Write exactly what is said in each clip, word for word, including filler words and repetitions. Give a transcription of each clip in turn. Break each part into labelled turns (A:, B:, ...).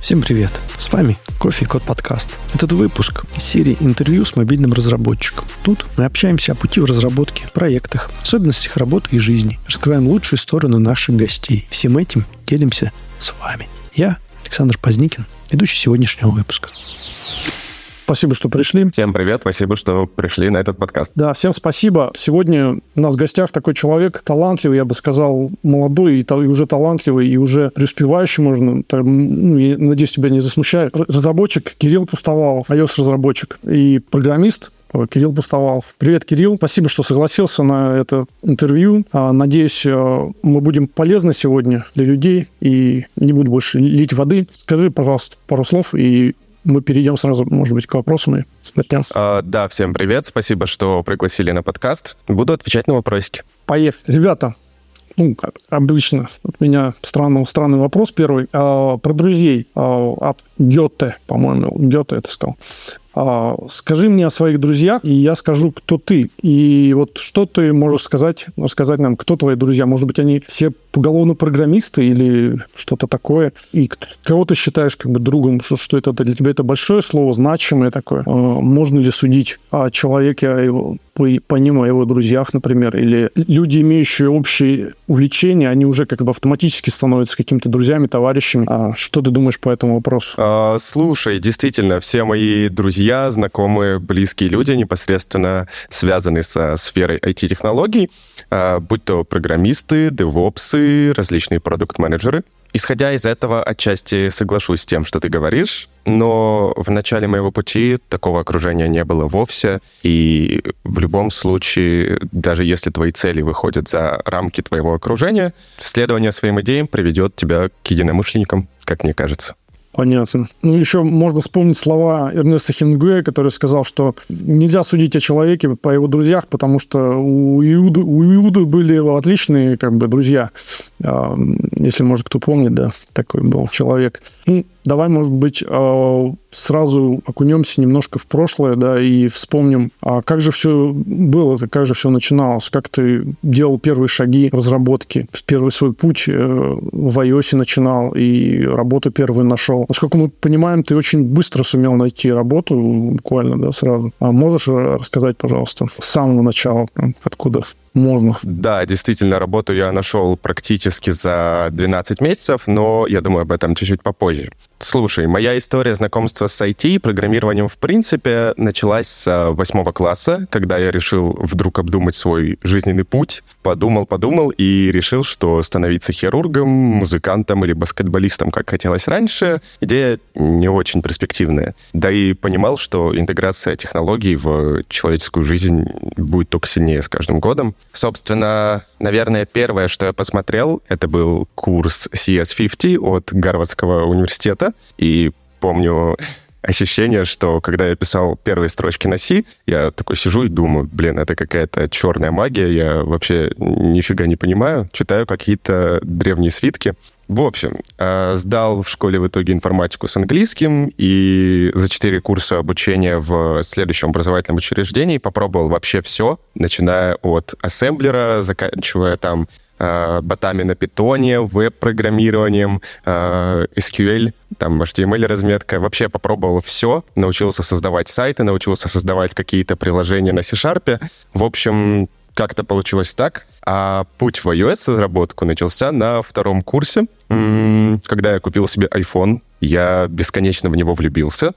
A: Всем привет! С вами Кофе и Код подкаст. Этот выпуск из серии интервью с мобильным разработчиком. Тут мы общаемся о пути в разработке, проектах, особенностях работы и жизни. Раскрываем лучшие стороны наших гостей. Всем этим делимся с вами. Я Александр Поздникин, ведущий сегодняшнего выпуска. Спасибо, что пришли.
B: Всем привет, спасибо, что пришли на этот подкаст.
A: Да, всем спасибо. Сегодня у нас в гостях такой человек талантливый, я бы сказал, молодой и, и уже талантливый, и уже преуспевающий, можно, так, ну, я надеюсь, тебя не засмущает. Разработчик Кирилл Пустовалов, iOS-разработчик и программист Кирилл Пустовалов. Привет, Кирилл. Спасибо, что согласился на это интервью. Надеюсь, мы будем полезны сегодня для людей и не буду больше лить воды. Скажи, пожалуйста, пару слов, и мы перейдем сразу, может быть, к вопросам и начнем.
B: А, да, всем привет. Спасибо, что пригласили на подкаст. Буду отвечать на вопросики.
A: Поехали. Ребята, ну, как обычно, от меня странный, странный вопрос первый. А, про друзей. А, от Гёте, по-моему. Гёте это сказал. А, скажи мне о своих друзьях, и я скажу, кто ты. И вот что ты можешь сказать, рассказать нам, кто твои друзья? Может быть, они все поголовно программисты или что-то такое? И кого ты считаешь как бы другом? Что, что это для тебя? Это большое слово, значимое такое. А, можно ли судить о человеке, о его, по, по нему, о его друзьях, например? Или люди, имеющие общие увлечения, они уже как бы автоматически становятся какими-то друзьями, товарищами? А, что ты думаешь по этому вопросу?
B: А, слушай, действительно, все мои друзья, знакомые, близкие люди, непосредственно связаны со сферой ай ти-технологий, будь то программисты, девопсы, различные продукт-менеджеры. Исходя из этого, отчасти соглашусь с тем, что ты говоришь, но в начале моего пути такого окружения не было вовсе, и в любом случае, даже если твои цели выходят за рамки твоего окружения, следование своим идеям приведет тебя к единомышленникам, как мне кажется.
A: Понятно. Ну, еще можно вспомнить слова Эрнеста Хемингуэя, который сказал, что нельзя судить о человеке по его друзьях, потому что у Иуды, у Иуды были отличные как бы друзья. Если, может, кто помнит, да, такой был человек. Ну, давай, может быть, сразу окунемся немножко в прошлое, да, и вспомним, а как же все было, как же все начиналось, как ты делал первые шаги в разработке, первый свой путь в iOS начинал и работу первую нашел. Насколько мы понимаем, ты очень быстро сумел найти работу, буквально, да, сразу. А можешь рассказать, пожалуйста, с самого начала, откуда можно?
B: Да, действительно, работу я нашел практически за двенадцать месяцев, но я думаю об этом чуть-чуть попозже. Слушай, моя история знакомства с ай ти, программированием в принципе, началась с восьмого класса, когда я решил вдруг обдумать свой жизненный путь. Подумал, подумал и решил, что становиться хирургом, музыкантом или баскетболистом, как хотелось раньше, идея не очень перспективная. Да и понимал, что интеграция технологий в человеческую жизнь будет только сильнее с каждым годом. Собственно, наверное, первое, что я посмотрел, это был курс си эс пятьдесят от Гарвардского университета. И помню ощущение, что когда я писал первые строчки на C, я такой сижу и думаю, блин, это какая-то черная магия, я вообще нифига не понимаю, читаю какие-то древние свитки. В общем, сдал в школе в итоге информатику с английским, и за четыре курса обучения в следующем образовательном учреждении попробовал вообще все, начиная от ассемблера, заканчивая там ботами на питоне, веб-программированием, эс кью эль, там эйч ти эм эль-разметка. Вообще попробовал все, научился создавать сайты, научился создавать какие-то приложения на C-Sharp. В общем, как-то получилось так. А путь в iOS-разработку начался на втором курсе, когда я купил себе iPhone. Я бесконечно в него влюбился,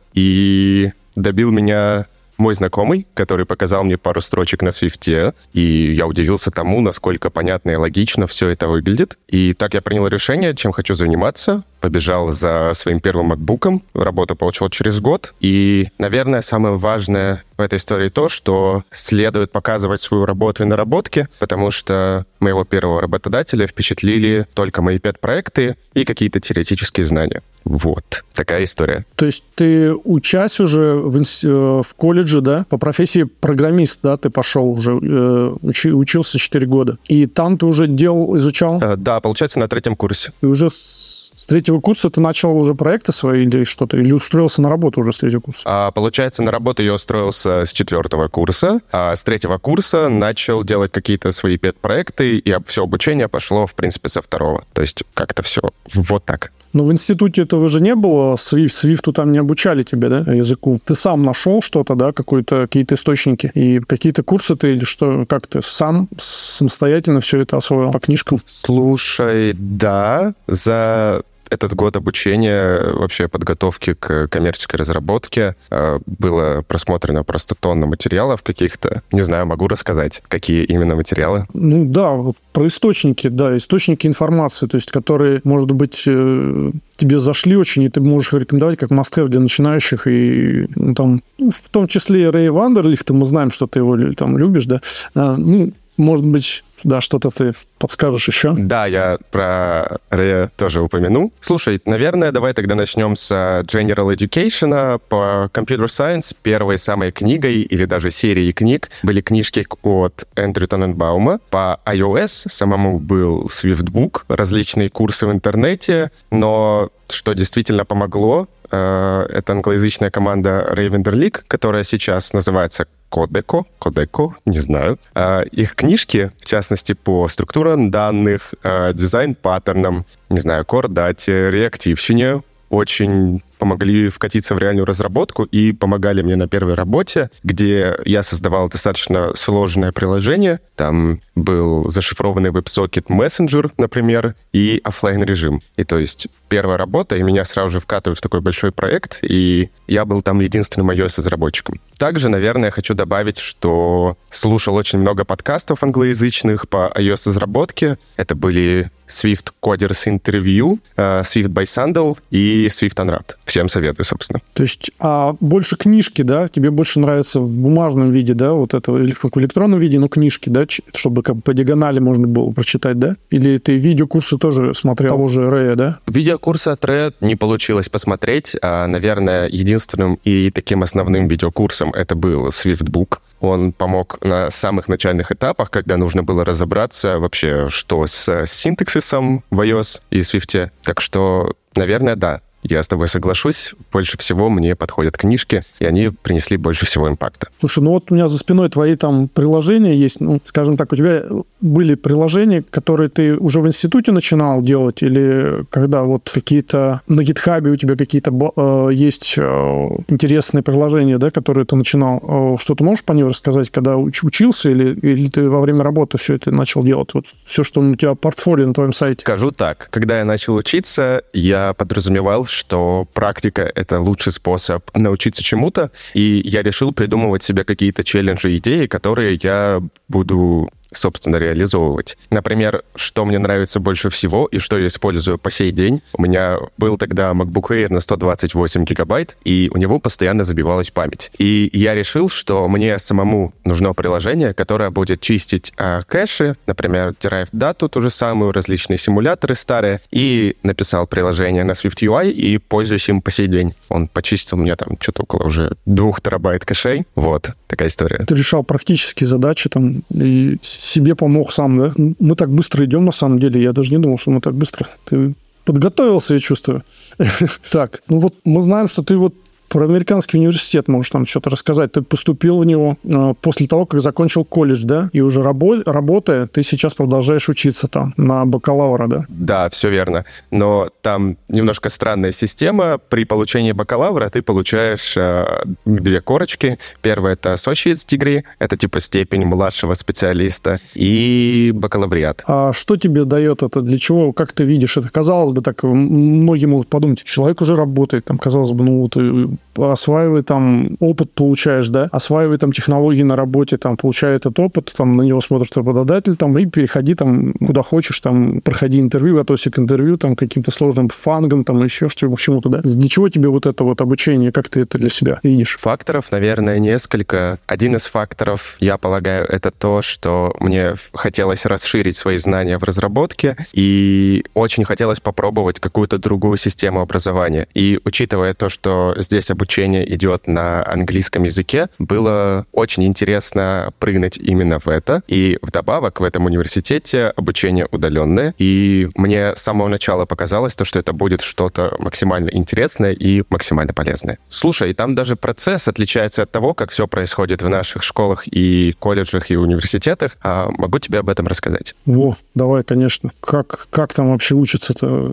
B: и добил меня мой знакомый, который показал мне пару строчек на Swift, и я удивился тому, насколько понятно и логично все это выглядит. И так я принял решение, чем хочу заниматься. Побежал за своим первым MacBook'ом. Работу получил через год. И, наверное, самое важное в этой истории то, что следует показывать свою работу и наработки, потому что моего первого работодателя впечатлили только мои пет-проекты и какие-то теоретические знания. Вот. Такая история.
A: То есть ты, учась уже в, инс... в колледже, да, по профессии программист, да, ты пошел уже, э, учи... учился четыре года. И там ты уже делал, изучал?
B: Э, да, получается, на третьем курсе.
A: И уже с... С третьего курса ты начал уже проекты свои или что-то? Или устроился на работу уже с третьего курса?
B: А, получается, на работу я устроился с четвертого курса, а с третьего курса начал делать какие-то свои пет-проекты, и все обучение пошло, в принципе, со второго. То есть как-то все вот так.
A: Но в институте этого же не было, Swift, Swift там не обучали тебя, да, языку. Ты сам нашел что-то, да, какой-то, какие-то источники, и какие-то курсы ты или что, как ты сам самостоятельно все это освоил по книжкам?
B: Слушай, да, за этот год обучения, вообще подготовки к коммерческой разработке было просмотрено просто тонна материалов каких-то. Не знаю, могу рассказать, какие именно материалы?
A: Ну да, вот про источники, да, источники информации, то есть которые, может быть, тебе зашли очень, и ты можешь рекомендовать как must-have для начинающих, и ну, там, в том числе Рэй Вандерлихта, мы знаем, что ты его там любишь, да, ну, может быть, да, что-то ты подскажешь еще?
B: Да, я про Рэя тоже упомяну. Слушай, наверное, давай тогда начнем с General Education. По Computer Science первой самой книгой или даже серией книг были книжки от Эндрю Таненбаума. По iOS самому был Swiftbook, различные курсы в интернете, но что действительно помогло, это англоязычная команда Ray Wenderlich, которая сейчас называется Codeco, Codeco, не знаю. Их книжки, в частности, по структурам данных, дизайн-паттернам, не знаю, core-дате, реактивщине, очень помогли вкатиться в реальную разработку и помогали мне на первой работе, где я создавал достаточно сложное приложение. Там был зашифрованный веб-сокет Messenger, например, и офлайн режим. И то есть первая работа, и меня сразу же вкатывают в такой большой проект, и я был там единственным iOS-разработчиком. Также, наверное, хочу добавить, что слушал очень много подкастов англоязычных по iOS-разработке. Это были Swift Coders Interview, Swift by Sandal и Swift Unwrapped. Всем советую, собственно.
A: То есть, а больше книжки, да? Тебе больше нравится в бумажном виде, да, вот это, или в электронном виде, но книжки, да, чтобы как бы по диагонали можно было прочитать, да? Или ты видеокурсы тоже смотрел того же Рэя, да?
B: Видеокурсы от Рэя не получилось посмотреть. А, наверное, единственным и таким основным видеокурсом это был Swiftbook. Он помог на самых начальных этапах, когда нужно было разобраться вообще, что с синтаксисом в iOS и Swift. Так что, наверное, да. Я с тобой соглашусь. Больше всего мне подходят книжки, и они принесли больше всего импакта.
A: Слушай, ну вот у меня за спиной твои там приложения есть. Ну, скажем так, у тебя были приложения, которые ты уже в институте начинал делать, или когда вот какие-то на гитхабе у тебя какие-то э, есть э, интересные приложения, да, которые ты начинал. Э, что ты можешь по ним рассказать, когда уч- учился, или, или ты во время работы все это начал делать? Вот все, что у тебя в портфолио на твоем сайте.
B: Скажу так. Когда я начал учиться, я подразумевал, что практика — это лучший способ научиться чему-то, и я решил придумывать себе какие-то челленджи, идеи, которые я буду, собственно, реализовывать. Например, что мне нравится больше всего и что я использую по сей день. У меня был тогда MacBook Air на сто двадцать восемь гигабайт, и у него постоянно забивалась память. И я решил, что мне самому нужно приложение, которое будет чистить э, кэши, например, Derived Data, ту же самую, различные симуляторы старые, и написал приложение на Swift ю ай и пользуюсь им по сей день. Он почистил мне там что-то около уже двух терабайт кэшей. Вот, такая история.
A: Ты решал практические задачи там и себе помог сам, да? Мы так быстро идем, на самом деле. Я даже не думал, что мы так быстро. Ты подготовился, я чувствую. Так, ну вот мы знаем, что ты вот про американский университет можешь нам что-то рассказать. Ты поступил в него э, после того, как закончил колледж, да? И уже рабо- работая, ты сейчас продолжаешь учиться там на бакалавра, да?
B: Да, все верно. Но там немножко странная система. При получении бакалавра ты получаешь э, две корочки. Первая — это associate's degree, это типа степень младшего специалиста, и бакалавриат.
A: А что тебе дает это? Для чего? Как ты видишь это? Казалось бы, так многие могут подумать, человек уже работает, там, казалось бы, ну, ты осваивай там опыт, получаешь, да, осваивай там технологии на работе, там, получай этот опыт, там, на него смотрит работодатель, там, и переходи там куда хочешь, там, проходи интервью, готовься к интервью, там, каким-то сложным фангом, там, еще что-то, чему-то, да. Для чего тебе вот это вот обучение, как ты это для себя видишь?
B: Факторов, наверное, несколько. Один из факторов, я полагаю, это то, что мне хотелось расширить свои знания в разработке, и очень хотелось попробовать какую-то другую систему образования. И учитывая то, что здесь обучение идет на английском языке, было очень интересно прыгнуть именно в это. И вдобавок в этом университете обучение удаленное. И мне с самого начала показалось то, что это будет что-то максимально интересное и максимально полезное. Слушай, там даже процесс отличается от того, как все происходит в наших школах и колледжах и университетах. А могу тебе об этом рассказать?
A: Во, давай, конечно. Как, как там вообще учатся-то?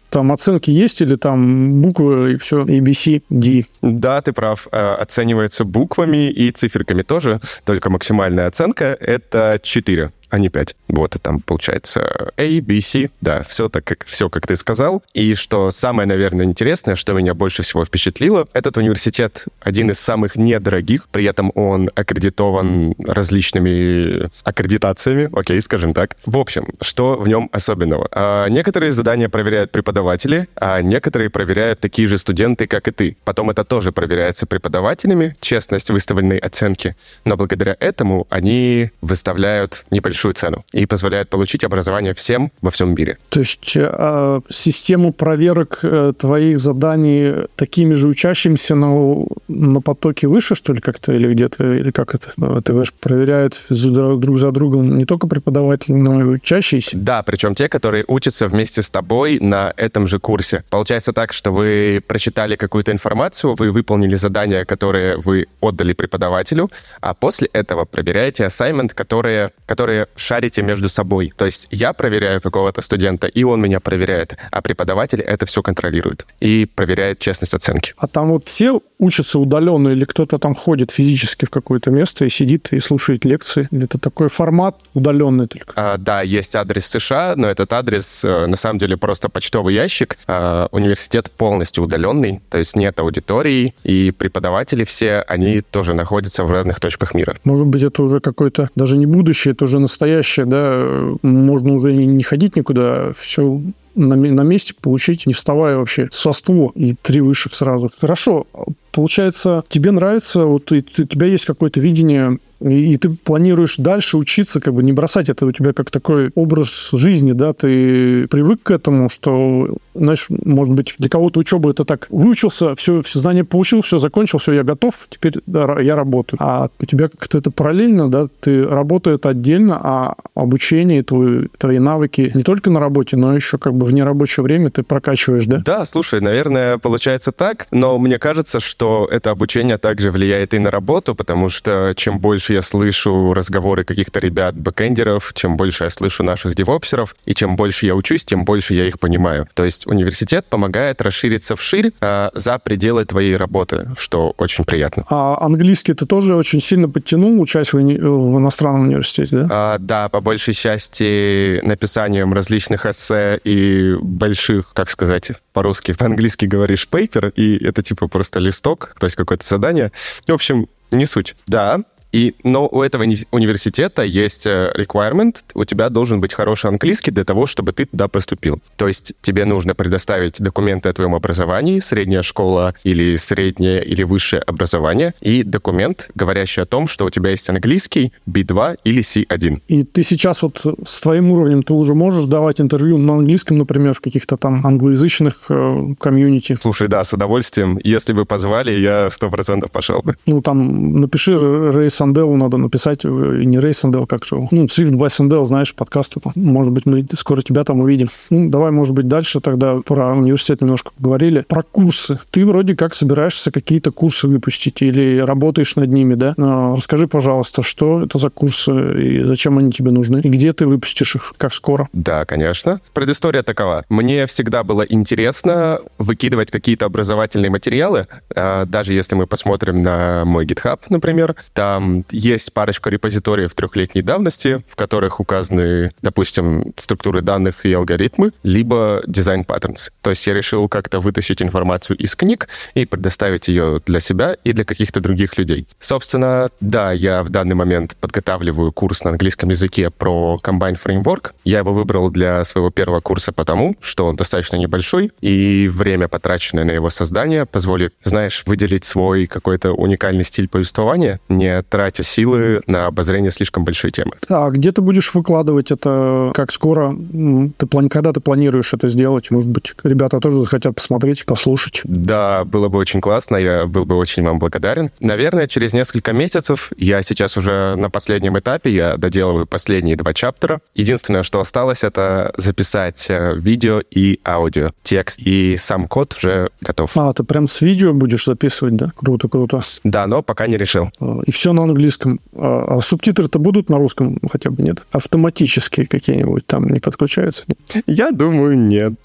A: Там оценки есть или там буквы и все, A, B, C, D?
B: Да, ты прав. Оценивается буквами и циферками тоже, только максимальная оценка — это четыре, а не пять. Вот, и там получается A, B, C. Да, все так, как, все, как ты сказал. И что самое, наверное, интересное, что меня больше всего впечатлило, этот университет один из самых недорогих, при этом он аккредитован различными аккредитациями, окей, скажем так. В общем, что в нем особенного? А, некоторые задания проверяют преподаватели, а некоторые проверяют такие же студенты, как и ты. Потом это тоже проверяется преподавателями, честность выставленной оценки, но благодаря этому они выставляют небольшую цену и позволяют получить образование всем во всем мире.
A: То есть э, систему проверок э, твоих заданий такими же учащимися на, на потоке выше, что ли, как-то, или где-то, или как это? ТВ проверяют друг за другом не только преподаватели, но и учащиеся?
B: Да, причем те, которые учатся вместе с тобой на этом же курсе. Получается так, что вы прочитали какую-то информацию, вы выполнили задания, которые вы отдали преподавателю, а после этого проверяете assignment, которые, которые шарите между собой. То есть я проверяю какого-то студента, и он меня проверяет, а преподаватель это все контролирует и проверяет честность оценки.
A: А там вот все учатся удаленно, или кто-то там ходит физически в какое-то место и сидит и слушает лекции? Или это такой формат удаленный только?
B: А, да, есть адрес США, но этот адрес на самом деле просто почтовый ящик. А, университет полностью удаленный, то есть нет аудитории, и преподаватели все, они тоже находятся в разных точках мира.
A: Может быть, это уже какое-то, даже не будущее, это уже настоящее, да, можно уже не ходить никуда, все на, на месте получить, не вставая вообще со стула, и три высших сразу. Хорошо, получается, тебе нравится, вот и, у тебя есть какое-то видение, и, и ты планируешь дальше учиться, как бы не бросать это, у тебя как такой образ жизни, да, ты привык к этому, что, знаешь, может быть, для кого-то учеба это так, выучился, все, все знания получил, все закончил, все, я готов, теперь да, я работаю. А у тебя как-то это параллельно, да, ты работаешь отдельно, а обучение, твои, твои навыки не только на работе, но еще как бы в нерабочее время ты прокачиваешь, да?
B: Да, слушай, наверное, получается так, но мне кажется, что это обучение также влияет и на работу, потому что чем больше я слышу разговоры каких-то ребят, бэкэндеров, чем больше я слышу наших девопсеров, и чем больше я учусь, тем больше я их понимаю. То есть университет помогает расшириться вширь а, за пределы твоей работы, что очень приятно.
A: А английский ты тоже очень сильно подтянул, учась в, уни- в иностранном университете, да?
B: А, да, по большей части написанием различных эссе и больших, как сказать, по-русски, по-английски говоришь paper, и это типа просто листок, то есть какое-то задание. В общем, не суть. Да, И, но у этого университета есть requirement, у тебя должен быть хороший английский для того, чтобы ты туда поступил. То есть тебе нужно предоставить документы о твоем образовании, средняя школа или среднее или высшее образование, и документ, говорящий о том, что у тебя есть английский би два или си один.
A: И ты сейчас вот с твоим уровнем ты уже можешь давать интервью на английском, например, в каких-то там англоязычных э, комьюнити?
B: Слушай, да, с удовольствием. Если бы позвали, я сто процентов пошел бы.
A: Ну, там, напиши Рэй Санделу, надо написать, не Рэй Сандел, как же, ну, Swift by Sandel, знаешь, подкаст. Может быть, мы скоро тебя там увидим. Ну, давай, может быть, дальше тогда про университет немножко поговорили. Про курсы. Ты вроде как собираешься какие-то курсы выпустить или работаешь над ними, да? Расскажи, пожалуйста, что это за курсы и зачем они тебе нужны? И где ты выпустишь их? Как скоро?
B: Да, конечно. Предыстория такова. Мне всегда было интересно выкидывать какие-то образовательные материалы. Даже если мы посмотрим на мой GitHub, например, там есть парочка репозиториев трехлетней давности, в которых указаны, допустим, структуры данных и алгоритмы, либо design patterns. То есть я решил как-то вытащить информацию из книг и предоставить ее для себя и для каких-то других людей. Собственно, да, я в данный момент подготавливаю курс на английском языке про Combine Framework. Я его выбрал для своего первого курса потому, что он достаточно небольшой, и время, потраченное на его создание, позволит, знаешь, выделить свой какой-то уникальный стиль повествования, не тратя силы на обозрение слишком большой темы.
A: А где ты будешь выкладывать это? Как скоро? Ты плани... Когда ты планируешь это сделать? Может быть, ребята тоже захотят посмотреть, послушать?
B: Да, было бы очень классно, я был бы очень вам благодарен. Наверное, через несколько месяцев, я сейчас уже на последнем этапе, я доделываю последние два чаптера. Единственное, что осталось, это записать видео и аудио. Текст и сам код уже готов.
A: А, ты прям с видео будешь записывать, да? Круто, круто.
B: Да, но пока не решил.
A: И все на английском. А, а субтитры-то будут на русском хотя бы, нет? Автоматические какие-нибудь там не подключаются? Нет?
B: Я думаю, нет.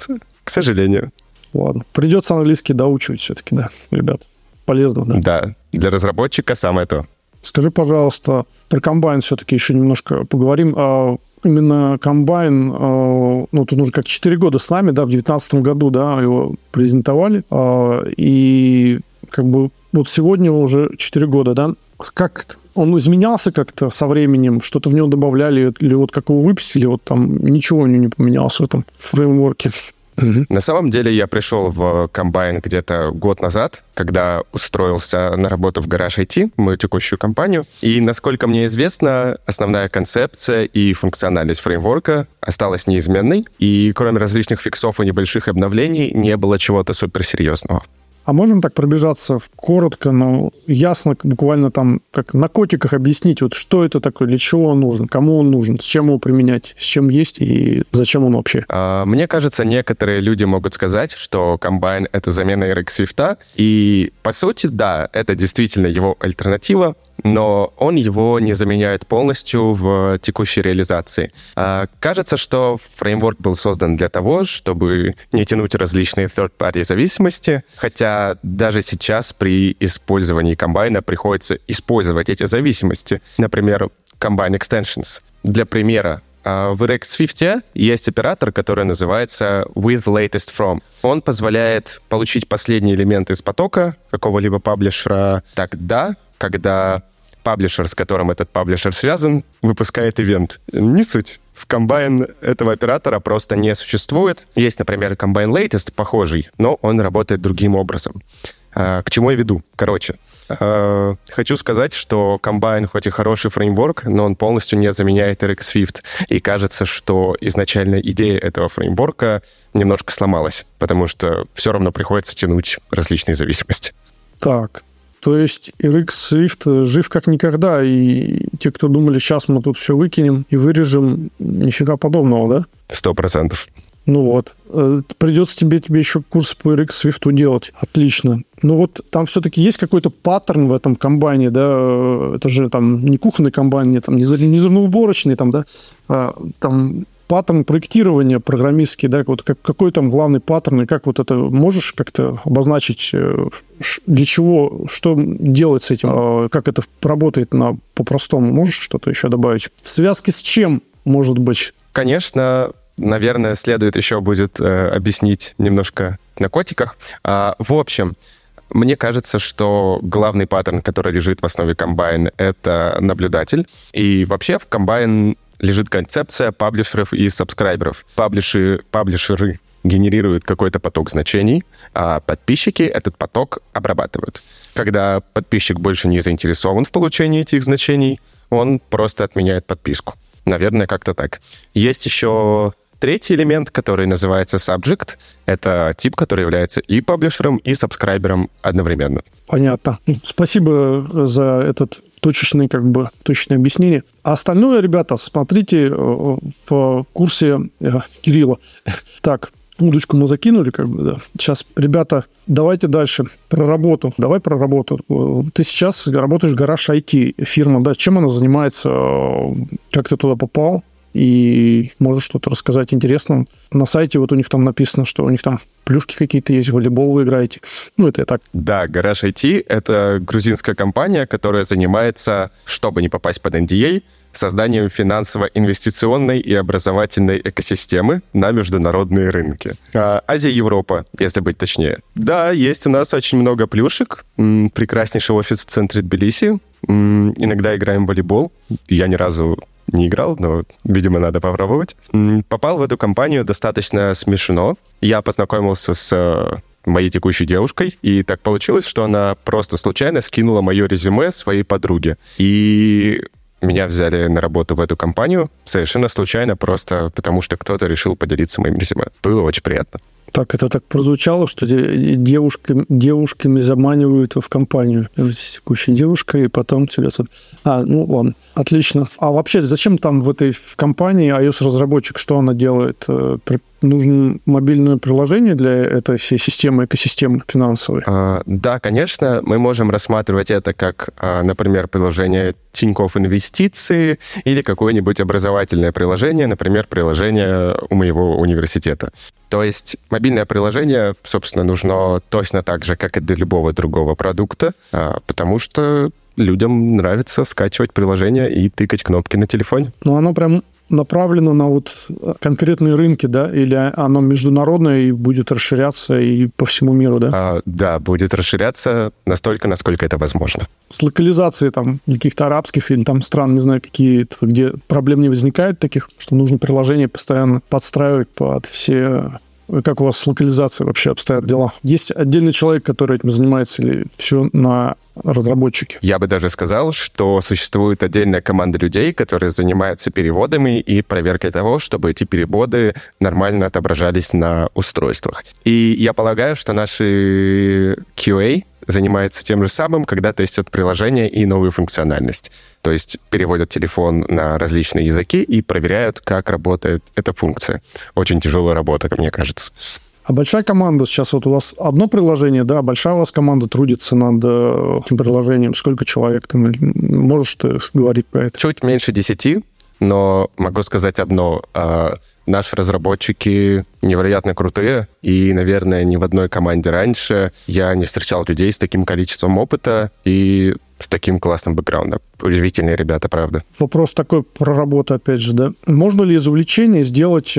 B: К сожалению.
A: Ладно. Придется английский доучивать все-таки, да, ребят. Полезно, да?
B: Да, для разработчика самое то.
A: Скажи, пожалуйста, про комбайн все-таки еще немножко поговорим. А именно комбайн, ну, тут уже как четыре года с нами, да, в две тысячи девятнадцатом году, да, его презентовали. И как бы вот сегодня уже четыре года, да. Как он изменялся как-то со временем? Что-то в него добавляли? Или вот как его выпустили, вот там ничего у него не поменялось в этом фреймворке?
B: Угу. На самом деле я пришел в комбайн где-то год назад, когда устроился на работу в Garage ай ти, мою текущую компанию. И, насколько мне известно, основная концепция и функциональность фреймворка осталась неизменной. И кроме различных фиксов и небольших обновлений не было чего-то суперсерьезного.
A: А можем так пробежаться коротко, но ясно, буквально там, как на котиках объяснить, вот что это такое, для чего он нужен, кому он нужен, с чем его применять, с чем есть и зачем он вообще?
B: А, мне кажется, некоторые люди могут сказать, что комбайн — это замена эр икс Swift, и, по сути, да, это действительно его альтернатива, но он его не заменяет полностью в текущей реализации. А, кажется, что фреймворк был создан для того, чтобы не тянуть различные third-party зависимости, хотя даже сейчас при использовании комбайна приходится использовать эти зависимости. Например, Combine Extensions. Для примера, в эр икс Swift есть оператор, который называется with latest from. Он позволяет получить последние элементы из потока какого-либо паблишера тогда, когда паблишер, с которым этот паблишер связан, выпускает ивент. Не суть. В комбайн этого оператора просто не существует. Есть, например, Combine Latest, похожий, но он работает другим образом. А, к чему я веду? Короче, а, хочу сказать, что комбайн хоть и хороший фреймворк, но он полностью не заменяет эр икс Swift. И кажется, что изначально идея этого фреймворка немножко сломалась, потому что все равно приходится тянуть различные зависимости.
A: Так, то есть эр икс Swift жив как никогда, и те, кто думали, сейчас мы тут все выкинем и вырежем, нифига подобного, да?
B: Сто процентов.
A: Ну вот. Придется тебе, тебе еще курс по эр икс Swift делать. Отлично. Ну вот там все-таки есть какой-то паттерн в этом комбайне, да? Это же там не кухонный комбайн, не, там, не зерноуборочный, там, да? А, там паттерн проектирования программистский, да? Вот как, какой там главный паттерн, и как вот это можешь как-то обозначить, для чего, что делать с этим, как это работает на, по-простому? Можешь что-то еще добавить? В связке с чем, может быть?
B: Конечно, наверное, следует еще будет э, объяснить немножко на котиках. А, в общем, мне кажется, что главный паттерн, который лежит в основе комбайн, это наблюдатель. И вообще в комбайн лежит концепция паблишеров и сабскрайберов. Паблиши, паблишеры генерируют какой-то поток значений, а подписчики этот поток обрабатывают. Когда подписчик больше не заинтересован в получении этих значений, он просто отменяет подписку. Наверное, как-то так. Есть еще третий элемент, который называется subject. Это тип, который является и паблишером, и сабскрайбером одновременно.
A: Понятно. Спасибо за этот точечный, как бы, точечное объяснение. А остальное, ребята, смотрите в курсе Кирилла. Так, удочку мы закинули, как бы, да. Сейчас, ребята, давайте дальше про работу. Давай про работу. Ты сейчас работаешь в Garage ай ти, фирма, да? Чем она занимается? Как ты туда попал? И можешь что-то рассказать интересного. На сайте вот у них там написано, что у них там плюшки какие-то есть, в волейбол вы играете. Ну, это я так.
B: Да, Garage ай ти — это грузинская компания, которая занимается, чтобы не попасть под эн ди эй, созданием финансово-инвестиционной и образовательной экосистемы на международные рынки. А, Азия, Европа, если быть точнее. Да, есть у нас очень много плюшек. М-м, прекраснейший офис в центре Тбилиси. М-м, иногда играем в волейбол. Я ни разу не играл, но, видимо, надо попробовать. М-м, попал в эту компанию достаточно смешно. Я познакомился с моей текущей девушкой, и так получилось, что она просто случайно скинула мое резюме своей подруге. И меня взяли на работу в эту компанию совершенно случайно, просто потому что кто-то решил поделиться моим резюме. Было очень приятно.
A: Так, это так прозвучало, что девушками, девушками заманивают в компанию. С текущей девушкой, и потом тебе тут... А, ну ладно, отлично. А вообще, зачем там в этой в компании iOS-разработчик, что она делает? нужно мобильное приложение для этой всей системы, экосистемы финансовой?
B: А, да, конечно. Мы можем рассматривать это как, а, например, приложение Тинькофф Инвестиции или какое-нибудь образовательное приложение, например, приложение у моего университета. То есть мобильное приложение, собственно, нужно точно так же, как и для любого другого продукта, а, потому что людям нравится скачивать приложение и тыкать кнопки на телефоне.
A: Ну, оно прям направлено на вот конкретные рынки, да? Или оно международное и будет расширяться и по всему миру, да?
B: А, да, будет расширяться настолько, насколько это возможно.
A: С локализацией там каких-то арабских или там стран, не знаю, какие-то, где проблем не возникает таких, что нужно приложение постоянно подстраивать под все... Как у вас с локализацией вообще обстоят дела? Есть отдельный человек, который этим занимается, или все на разработчике?
B: Я бы даже сказал, что существует отдельная команда людей, которые занимаются переводами и проверкой того, чтобы эти переводы нормально отображались на устройствах. И я полагаю, что наши кью эй занимаются тем же самым, когда тестят приложение и новую функциональность. То есть переводят телефон на различные языки и проверяют, как работает эта функция. Очень тяжелая работа, как мне кажется.
A: А большая команда, сейчас вот у вас одно приложение, да, большая у вас команда трудится над этим приложением. Сколько человек там? Можешь ты говорить про это?
B: Чуть меньше десяти, но могу сказать одно. Наши разработчики невероятно крутые, и, наверное, ни в одной команде раньше я не встречал людей с таким количеством опыта и с таким классным бэкграундом. Удивительные ребята, правда.
A: Вопрос такой про работу, опять же, да. Можно ли из увлечения сделать,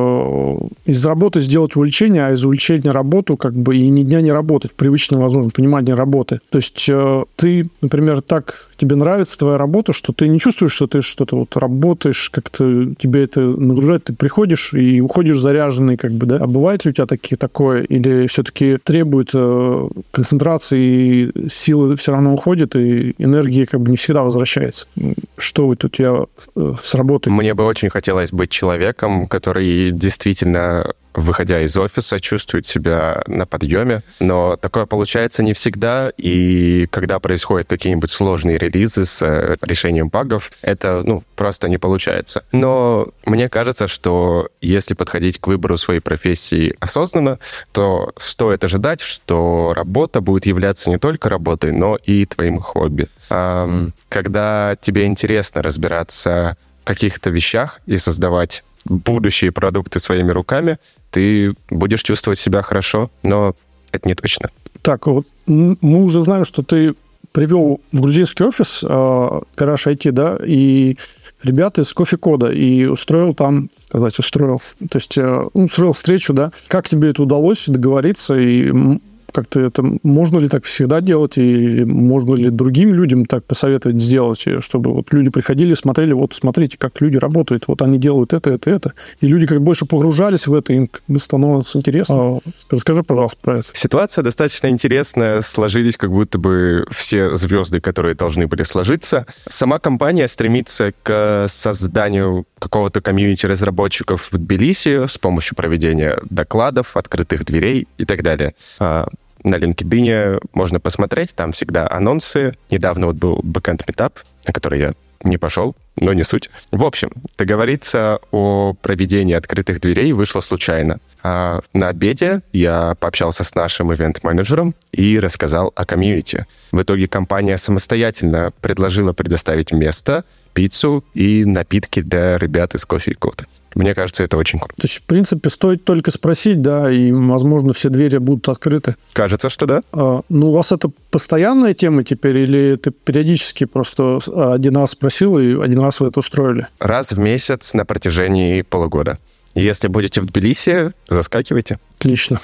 A: э, из работы сделать увлечение, а из увлечения работу, как бы, и ни дня не работать, привычное, возможно, понимание работы? То есть э, ты, например, так тебе нравится твоя работа, что ты не чувствуешь, что ты что-то вот работаешь, как-то тебе это нагружает, ты приходишь и уходишь заряженный, как бы, да? А бывает ли у тебя такие, такое? Или все-таки требует э, концентрации, и силы все равно уходит, и энергии как бы не всегда возвращается? Что вот у тебя э, с работой?
B: Мне бы очень хотелось быть человеком, который действительно, выходя из офиса, чувствует себя на подъеме, но такое получается не всегда, и когда происходят какие-нибудь сложные релизы с э, решением багов, это, ну, просто не получается. Но мне кажется, что если подходить к выбору своей профессии осознанно, то стоит ожидать, что работа будет являться не только работой, но и твоим хобби. А, когда тебе интересно разбираться в каких-то вещах и создавать будущие продукты своими руками, ты будешь чувствовать себя хорошо, но это не точно.
A: Так, вот мы уже знаем, что ты привел в грузинский офис Garage ай ти, да, и ребята из Кофе-кода, и устроил там, сказать, устроил, то есть устроил встречу, да. Как тебе это удалось договориться, и как-то это можно ли так всегда делать, и можно ли другим людям так посоветовать сделать, чтобы вот люди приходили, смотрели, вот смотрите, как люди работают, вот они делают это, это, это, и люди как больше погружались в это, им как бы становится интересно. Расскажи, пожалуйста, про это.
B: Ситуация достаточно интересная, сложились как будто бы все звезды, которые должны были сложиться. Сама компания стремится к созданию какого-то комьюнити разработчиков в Тбилиси с помощью проведения докладов, открытых дверей и так далее. На LinkedIn можно посмотреть, там всегда анонсы. Недавно вот был Backend Meetup, на который я не пошел, но не суть. В общем, договориться о проведении открытых дверей вышло случайно. А на обеде я пообщался с нашим ивент-менеджером и рассказал о комьюнити. В итоге компания самостоятельно предложила предоставить место, пиццу и напитки для ребят из Кофе-кода. Мне кажется, это очень круто.
A: То есть, в принципе, стоит только спросить, да, и, возможно, все двери будут открыты.
B: Кажется, что да.
A: А, ну, у вас это постоянная тема теперь, или ты периодически просто один раз спросил, и один раз вы это устроили?
B: Раз в месяц на протяжении полугода. Если будете в Тбилиси, заскакивайте.
A: Отлично.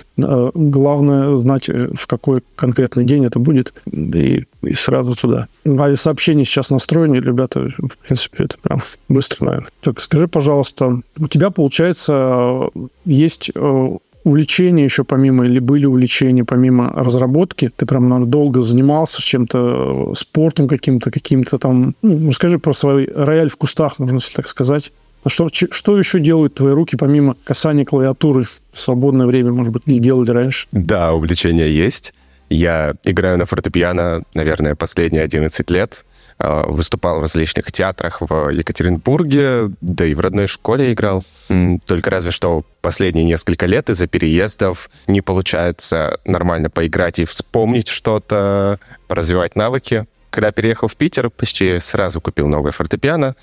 A: Главное знать, в какой конкретный день это будет, и, и сразу туда. А сообщения сейчас настроены, ребята, в принципе, это прям быстро, наверное. Так, скажи, пожалуйста, у тебя, получается, есть увлечения еще помимо, или были увлечения помимо разработки? Ты прям, наверное, долго занимался чем-то, спортом каким-то, каким-то там... Ну, расскажи про свой рояль в кустах, можно так сказать. Что, что еще делают твои руки, помимо касания клавиатуры в свободное время, может быть, не делали раньше?
B: Да, увлечения есть. Я играю на фортепиано, наверное, последние одиннадцать лет. Выступал в различных театрах в Екатеринбурге, да и в родной школе играл. Только разве что последние несколько лет из-за переездов не получается нормально поиграть и вспомнить что-то, развивать навыки. Когда переехал в Питер, почти сразу купил новое фортепиано,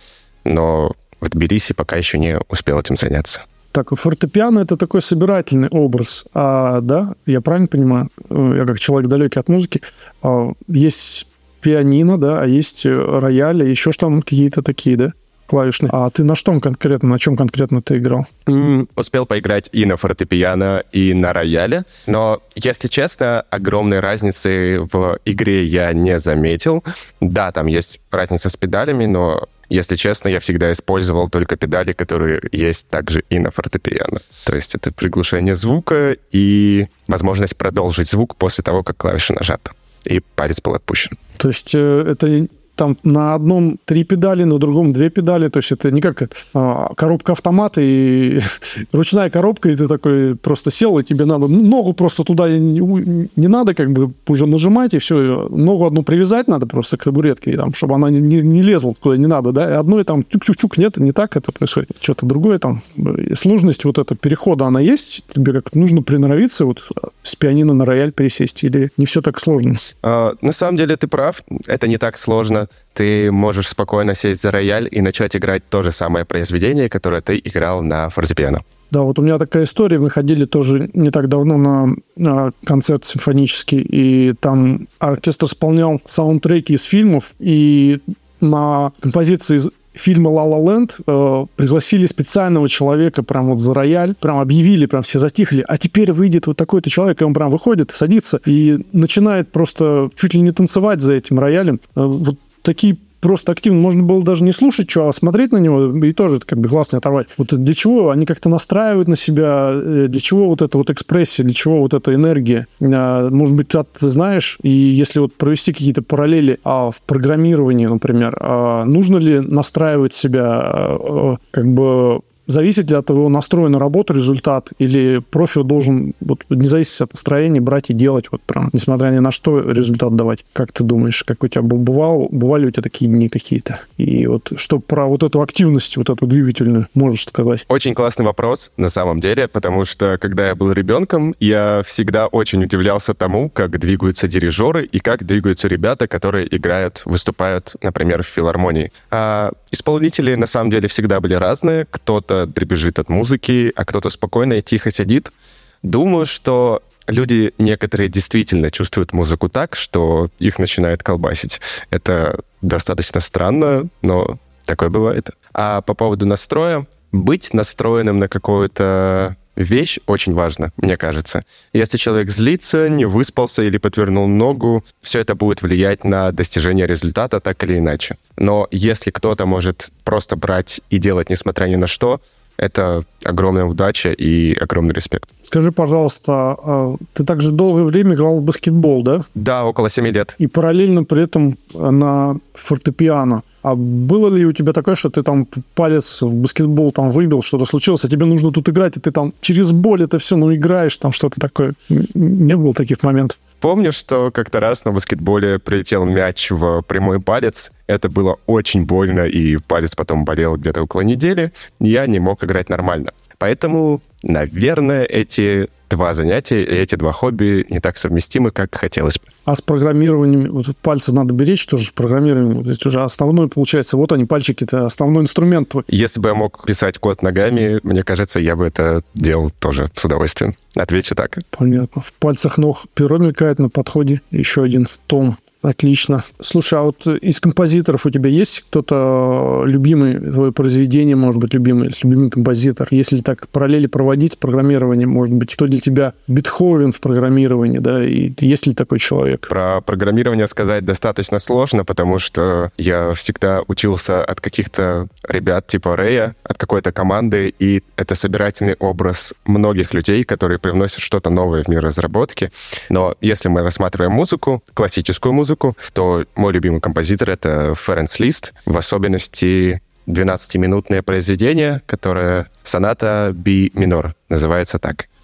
B: но в Тбилиси пока еще не успел этим заняться.
A: Так, фортепиано — это такой собирательный образ, а, да? Я правильно понимаю? Я как человек далекий от музыки. А, есть пианино, да, а есть рояль, и еще что там какие-то такие, да, клавишные. А ты на что конкретно, на чем конкретно ты играл?
B: Mm, успел поиграть и на фортепиано, и на рояле, но, если честно, огромной разницы в игре я не заметил. Да, там есть разница с педалями, но... Если честно, я всегда использовал только педали, которые есть также и на фортепиано. То есть это приглушение звука и возможность продолжить звук после того, как клавиша нажата, и палец был отпущен.
A: То есть это там на одном три педали, на другом две педали, то есть это не как а, коробка автомата и ручная коробка, и ты такой просто сел, и тебе надо ногу просто туда не, не надо как бы уже нажимать, и все, ногу одну привязать надо просто к табуретке, и, там, чтобы она не, не, не лезла куда не надо, да, и одной там чук-чук-чук, нет, не так это происходит, что-то другое там. И сложность вот этого перехода, она есть? Тебе как нужно приноровиться вот с пианино на рояль пересесть, или не все так сложно?
B: А, на самом деле ты прав, это не так сложно. Ты можешь спокойно сесть за рояль и начать играть то же самое произведение, которое ты играл на фортепиано.
A: Да, вот у меня такая история. Мы ходили тоже не так давно на, на концерт симфонический, и там оркестр исполнял саундтреки из фильмов, и на композиции из фильма «Ла Ла Ленд» э, пригласили специального человека прям вот за рояль, прям объявили, прям все затихли, а теперь выйдет вот такой-то человек, и он прям выходит, садится и начинает просто чуть ли не танцевать за этим роялем. Э, вот такие просто активно. Можно было даже не слушать, что, а смотреть на него и тоже как бы глаз не оторвать. Вот для чего они как-то настраивают на себя, для чего вот эта вот экспрессия, для чего вот эта энергия. Может быть, ты знаешь, и если вот провести какие-то параллели а в программировании, например, а нужно ли настраивать себя как бы... Зависит ли от твоего настроя на работу результат, или профи должен, вот, не зависит от настроения, брать и делать, вот прям, несмотря ни на что, результат давать? Как ты думаешь, как у тебя бывало, бывали у тебя такие дни какие-то? И вот что про вот эту активность, вот эту двигательную, можешь сказать?
B: Очень классный вопрос, на самом деле, потому что, когда я был ребенком, я всегда очень удивлялся тому, как двигаются дирижеры и как двигаются ребята, которые играют, выступают, например, в филармонии. А исполнители, на самом деле, всегда были разные. Кто-то дребезжит от музыки, а кто-то спокойно и тихо сидит. Думаю, что люди некоторые действительно чувствуют музыку так, что их начинает колбасить. Это достаточно странно, но такое бывает. А по поводу настроя, быть настроенным на какую-то вещь очень важно, мне кажется. Если человек злится, не выспался или подвернул ногу, все это будет влиять на достижение результата так или иначе. Но если кто-то может просто брать и делать несмотря ни на что, это огромная удача и огромный респект.
A: Скажи, пожалуйста, ты также долгое время играл в баскетбол, да?
B: Да, около семи лет.
A: И параллельно при этом на фортепиано. А было ли у тебя такое, что ты там палец в баскетбол там выбил, что-то случилось, а тебе нужно тут играть, и ты там через боль это все, ну, играешь, там что-то такое? Не было таких моментов?
B: Помню, что как-то раз на баскетболе прилетел мяч в прямой палец. Это было очень больно, и палец потом болел где-то около недели. Я не мог играть нормально. Поэтому, наверное, эти два занятия, эти два хобби не так совместимы, как хотелось бы.
A: А с программированием, вот пальцы надо беречь тоже, программирование, вот это уже основной, получается, вот они, пальчики, это основной инструмент твой.
B: Если бы я мог писать код ногами, мне кажется, я бы это делал тоже с удовольствием. Отвечу так.
A: Понятно. В пальцах ног перо мелькает на подходе. Еще один том. Отлично. Слушай, а вот из композиторов у тебя есть кто-то любимый, твое произведение, может быть, любимый, любимый композитор? Если так параллели проводить с программированием, может быть, кто для тебя Бетховен в программировании, да, и есть ли такой человек?
B: Про программирование сказать достаточно сложно, потому что я всегда учился от каких-то ребят типа Рэя, от какой-то команды, и это собирательный образ многих людей, которые привносят что-то новое в мир разработки. Но если мы рассматриваем музыку, классическую музыку, то мой любимый композитор — это Ференц Лист, в особенности двенадцатиминутное произведение, которое соната B минор, называется так.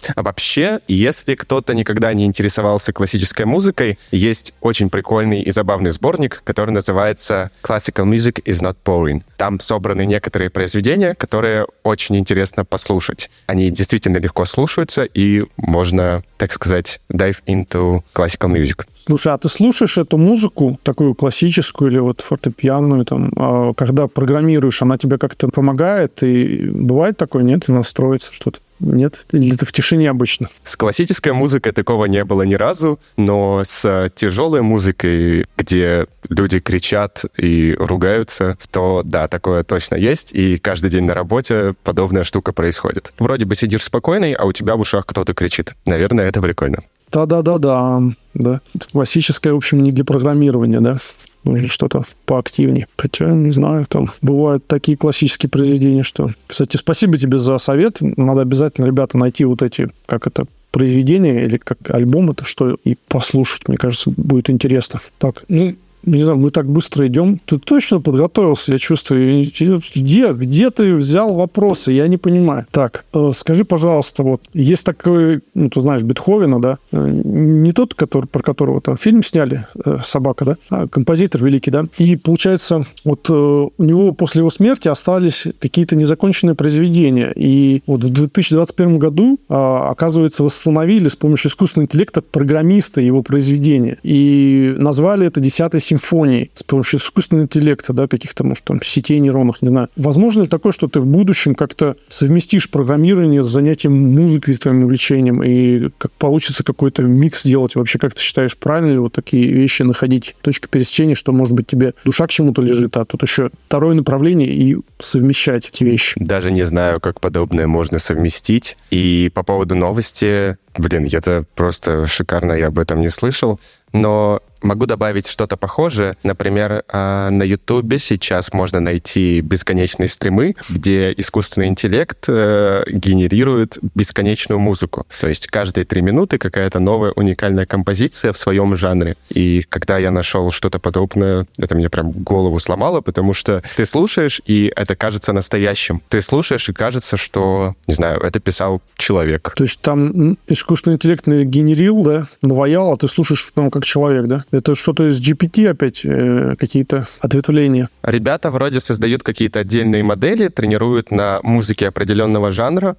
B: А вообще, если кто-то никогда не интересовался классической музыкой, есть очень прикольный и забавный сборник, который называется «Classical Music is not boring». Там собраны некоторые произведения, которые очень интересно послушать. Они действительно легко слушаются, и можно, так сказать, dive into classical music.
A: Слушай, а ты слушаешь эту музыку, такую классическую или вот фортепианную, там, когда программируешь, она тебе как-то помогает? И бывает такое, нет? И настроится что-то? Нет? Или это в тишине обычно?
B: С классической музыкой такого не было ни разу, но с тяжелой музыкой, где люди кричат и ругаются, то да, такое точно есть, и каждый день на работе подобная штука происходит. Вроде бы сидишь спокойный, а у тебя в ушах кто-то кричит. Наверное, это прикольно.
A: Да-да-да-да, да. Классическое, в общем, не для программирования, да? Нужно что-то поактивнее. Хотя, не знаю, там бывают такие классические произведения, что... Кстати, спасибо тебе за совет. Надо обязательно, ребята, найти вот эти, как это, произведения или как альбом это что, и послушать. Мне кажется, будет интересно. Так, ну... Не знаю, мы так быстро идем. Ты точно подготовился, я чувствую. Где, где ты взял вопросы? Я не понимаю. Так, э, скажи, пожалуйста, вот есть такой, ну, ты знаешь, Бетховена, да? Э, не тот, который, про которого там фильм сняли, э, «Собака», да? А композитор великий, да? И, получается, вот э, у него после его смерти остались какие-то незаконченные произведения. И вот в две тысячи двадцать первом году, э, оказывается, восстановили с помощью искусственного интеллекта программиста его произведения. И назвали это «Десятой симфонией». Симфонии с помощью искусственного интеллекта, да, каких-то, может, там, сетей нейронных, не знаю. Возможно ли такое, что ты в будущем как-то совместишь программирование с занятием музыкой, с твоим увлечением, и как получится какой-то микс делать? Вообще, как ты считаешь, правильно ли вот такие вещи находить? Точка пересечения, что, может быть, тебе душа к чему-то лежит, а тут еще второе направление, и совмещать эти вещи.
B: Даже не знаю, как подобное можно совместить. И по поводу новости, блин, это просто шикарно, я об этом не слышал. Но могу добавить что-то похожее. Например, на Ютубе сейчас можно найти бесконечные стримы, где искусственный интеллект генерирует бесконечную музыку. То есть каждые три минуты какая-то новая уникальная композиция в своем жанре. И когда я нашел что-то подобное, это мне прям голову сломало, потому что ты слушаешь, и это кажется настоящим. Ты слушаешь, и кажется, что, не знаю, это писал человек.
A: То есть там искусственный интеллект генерил, да, наваял, а ты слушаешь прям как человек, да? Это что-то из джи пи ти опять, э, какие-то ответвления?
B: Ребята вроде создают какие-то отдельные модели, тренируют на музыке определенного жанра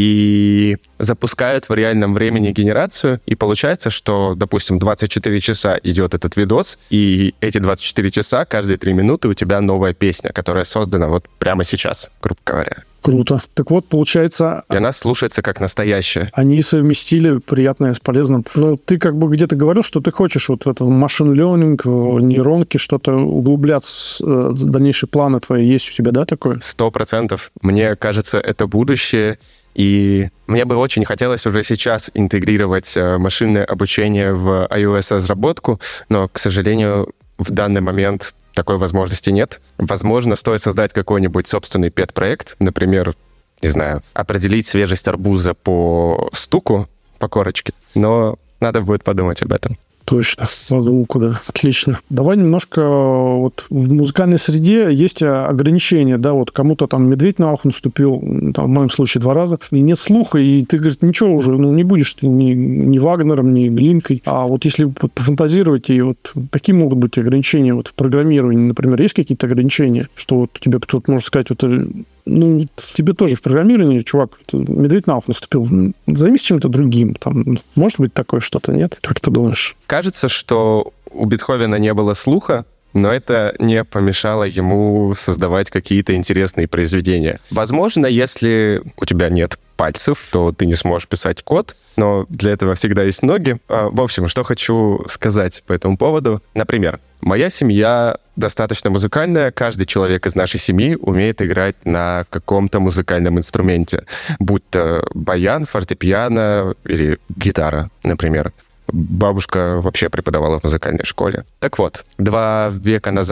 B: и запускают в реальном времени генерацию, и получается, что, допустим, двадцать четыре часа идет этот видос, и эти двадцать четыре часа, каждые три минуты у тебя новая песня, которая создана вот прямо сейчас, грубо говоря.
A: Круто. Так вот, получается...
B: И она слушается как настоящая.
A: Они совместили приятное с полезным. Но ты как бы где-то говорил, что ты хочешь вот в это машин learning, в нейронки что-то углубляться, дальнейшие планы твои есть у тебя, да, такое?
B: Сто процентов. Мне кажется, это будущее. И мне бы очень хотелось уже сейчас интегрировать машинное обучение в iOS-разработку, но, к сожалению, в данный момент такой возможности нет. Возможно, стоит создать какой-нибудь собственный пет-проект, например, не знаю, определить свежесть арбуза по стуку, по корочке, но надо будет подумать об этом.
A: Точно, по звуку, да. Отлично. Давай немножко вот в музыкальной среде есть ограничения, да, вот кому-то там медведь на ухо наступил, там, в моем случае два раза, и нет слуха, и ты, говоришь, ничего уже, ну, не будешь ты ни, ни Вагнером, ни Глинкой, а вот если вот пофантазировать, и вот какие могут быть ограничения вот в программировании, например, есть какие-то ограничения, что вот тебе кто-то может сказать, вот, ну, тебе тоже в программировании, чувак, медведь на ухо наступил, займись чем-то другим, там, может быть такое что-то, нет? Как ты думаешь?
B: Кажется, что у Бетховена не было слуха, но это не помешало ему создавать какие-то интересные произведения. Возможно, если у тебя нет пальцев, то ты не сможешь писать код, но для этого всегда есть ноги. В общем, что хочу сказать по этому поводу. Например, моя семья достаточно музыкальная, каждый человек из нашей семьи умеет играть на каком-то музыкальном инструменте, будь то баян, фортепиано или гитара, например. Бабушка вообще преподавала в музыкальной школе. Так вот, два века назад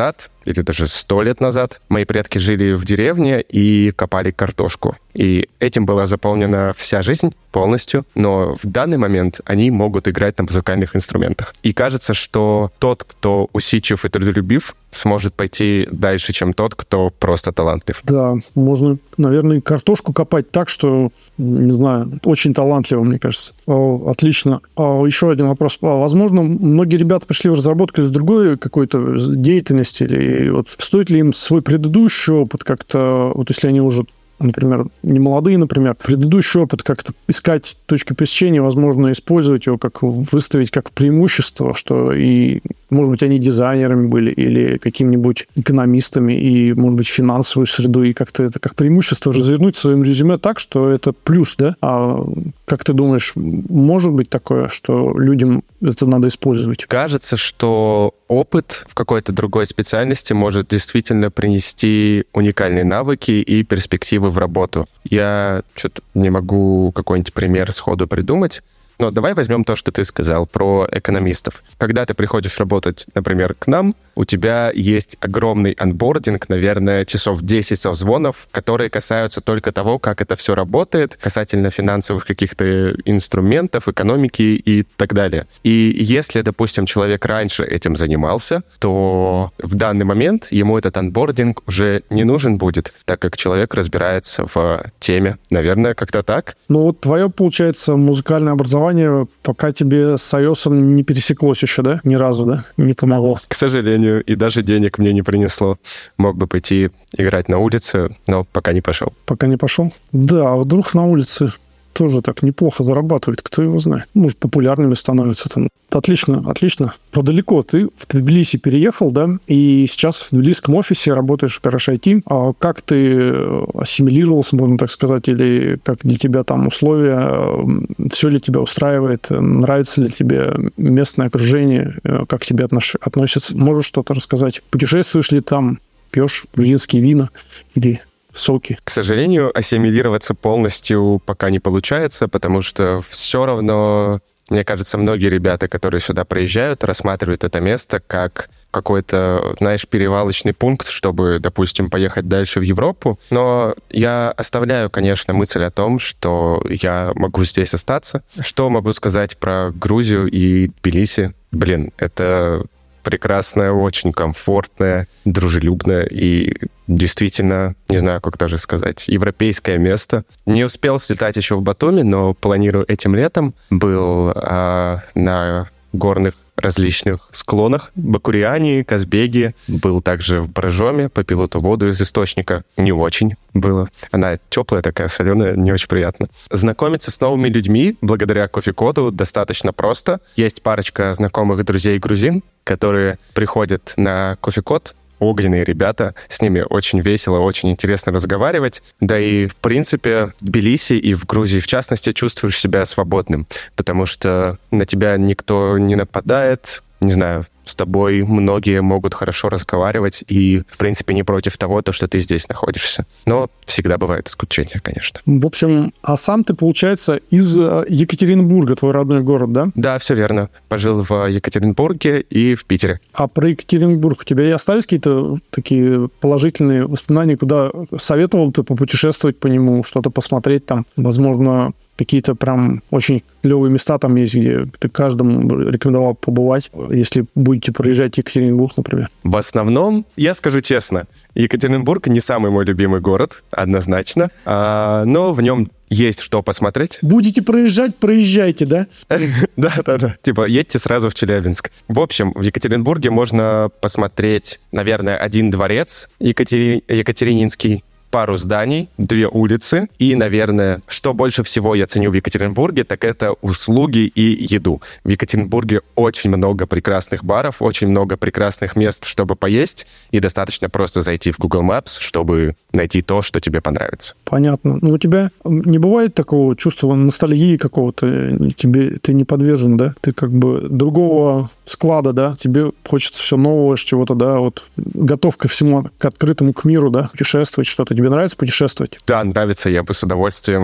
B: или даже сто лет назад, мои предки жили в деревне и копали картошку. И этим была заполнена вся жизнь полностью, но в данный момент они могут играть на музыкальных инструментах. И кажется, что тот, кто усидчив и трудолюбив, сможет пойти дальше, чем тот, кто просто талантлив.
A: Да, можно, наверное, картошку копать так, что, не знаю, очень талантливо, мне кажется. О, отлично. А еще один вопрос. Возможно, многие ребята пришли в разработку из другой какой-то деятельности, или вот стоит ли им свой предыдущий опыт как-то, вот если они уже, например, не молодые, например, предыдущий опыт как-то искать точки пересечения, возможно, использовать его, как выставить как преимущество, что и, может быть, они дизайнерами были или какими-нибудь экономистами, и, может быть, финансовую среду, и как-то это как преимущество развернуть в своем резюме так, что это плюс, да? А как ты думаешь, может быть такое, что людям это надо использовать?
B: Кажется, что опыт в какой-то другой специальности может действительно принести уникальные навыки и перспективы в работу. Я что-то не могу какой-нибудь пример сходу придумать, но давай возьмем то, что ты сказал про экономистов. Когда ты приходишь работать, например, к нам, у тебя есть огромный анбординг, наверное, часов десять созвонов, которые касаются только того, как это все работает, касательно финансовых каких-то инструментов, экономики и так далее. И если, допустим, человек раньше этим занимался, то в данный момент ему этот анбординг уже не нужен будет, так как человек разбирается в теме. Наверное, как-то так.
A: Ну вот твое, получается, музыкальное образование пока тебе с iOS не пересеклось еще, да? Ни разу, да? Не помогло.
B: К сожалению, и даже денег мне не принесло. Мог бы пойти играть на улице, но пока не пошел.
A: Пока не пошел? Да, а вдруг на улице тоже так неплохо зарабатывает, кто его знает. Может, популярными становятся там. Отлично, отлично. Про далеко. Ты в Тбилиси переехал, да? И сейчас в тбилисском офисе работаешь в Garage ай ти. А как ты ассимилировался, можно так сказать, или как для тебя там условия? Все ли тебя устраивает? Нравится ли тебе местное окружение? Как к тебе отнош... относятся? Можешь что-то рассказать? Путешествуешь ли там? Пьешь грузинские вина? Или... соки?
B: К сожалению, ассимилироваться полностью пока не получается, потому что все равно, мне кажется, многие ребята, которые сюда приезжают, рассматривают это место как какой-то, знаешь, перевалочный пункт, чтобы, допустим, поехать дальше в Европу. Но я оставляю, конечно, мысль о том, что я могу здесь остаться. Что могу сказать про Грузию и Тбилиси? Блин, это... прекрасное, очень комфортное, дружелюбное и действительно, не знаю, как даже сказать, европейское место. Не успел слетать еще в Батуми, но планирую этим летом. Был а, на горных различных склонах. Бакуриане, Казбеги. Был также в Боржоме, попил эту воду из источника. Не очень было. Она теплая такая, соленая, не очень приятно. Знакомиться с новыми людьми благодаря кофе-коду достаточно просто. Есть парочка знакомых друзей грузин, которые приходят на кофе-код, огненные ребята, с ними очень весело, очень интересно разговаривать. Да и, в принципе, в Тбилиси и в Грузии, в частности, чувствуешь себя свободным, потому что на тебя никто не нападает, не знаю, с тобой многие могут хорошо разговаривать и, в принципе, не против того, то, что ты здесь находишься. Но всегда бывает исключение, конечно.
A: В общем, а сам ты, получается, из Екатеринбурга, твой родной город, да?
B: Да, все верно. Пожил в Екатеринбурге и в Питере.
A: А про Екатеринбург у тебя и остались какие-то такие положительные воспоминания, куда советовал ты попутешествовать по нему, что-то посмотреть там, возможно, какие-то прям очень клевые места там есть, где ты каждому рекомендовал побывать, если будете проезжать в Екатеринбург, например?
B: В основном, я скажу честно, Екатеринбург не самый мой любимый город, однозначно, а, но в нем есть что посмотреть.
A: Будете проезжать, проезжайте, да?
B: Да-да-да. Типа, едьте сразу в Челябинск. В общем, в Екатеринбурге можно посмотреть, наверное, один дворец Екатерининский, пару зданий, две улицы. И, наверное, что больше всего я ценю в Екатеринбурге, так это услуги и еду. В Екатеринбурге очень много прекрасных баров, очень много прекрасных мест, чтобы поесть, и достаточно просто зайти в Google Maps, чтобы найти то, что тебе понравится.
A: Понятно. Но у тебя не бывает такого чувства ностальгии какого-то? Тебе, ты не подвержен, да? Ты как бы другого склада, да? Тебе хочется все нового, чего-то, да? Вот готов ко всему, к открытому, к миру, да? Путешествовать, что-то. Тебе нравится путешествовать?
B: Да, нравится. Я бы с удовольствием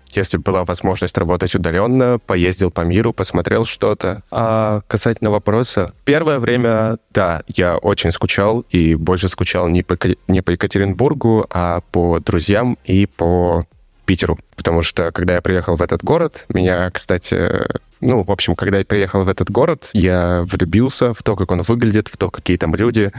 B: если бы была возможность работать удаленно, поездил по миру, посмотрел что-то. А касательно вопроса, первое время, да, я очень скучал, и больше скучал не по, не по Екатеринбургу, а по друзьям и по Питеру. Потому что, когда я приехал в этот город, меня, кстати... Ну, в общем, когда я приехал в этот город, я влюбился в то, как он выглядит, в то, какие там люди.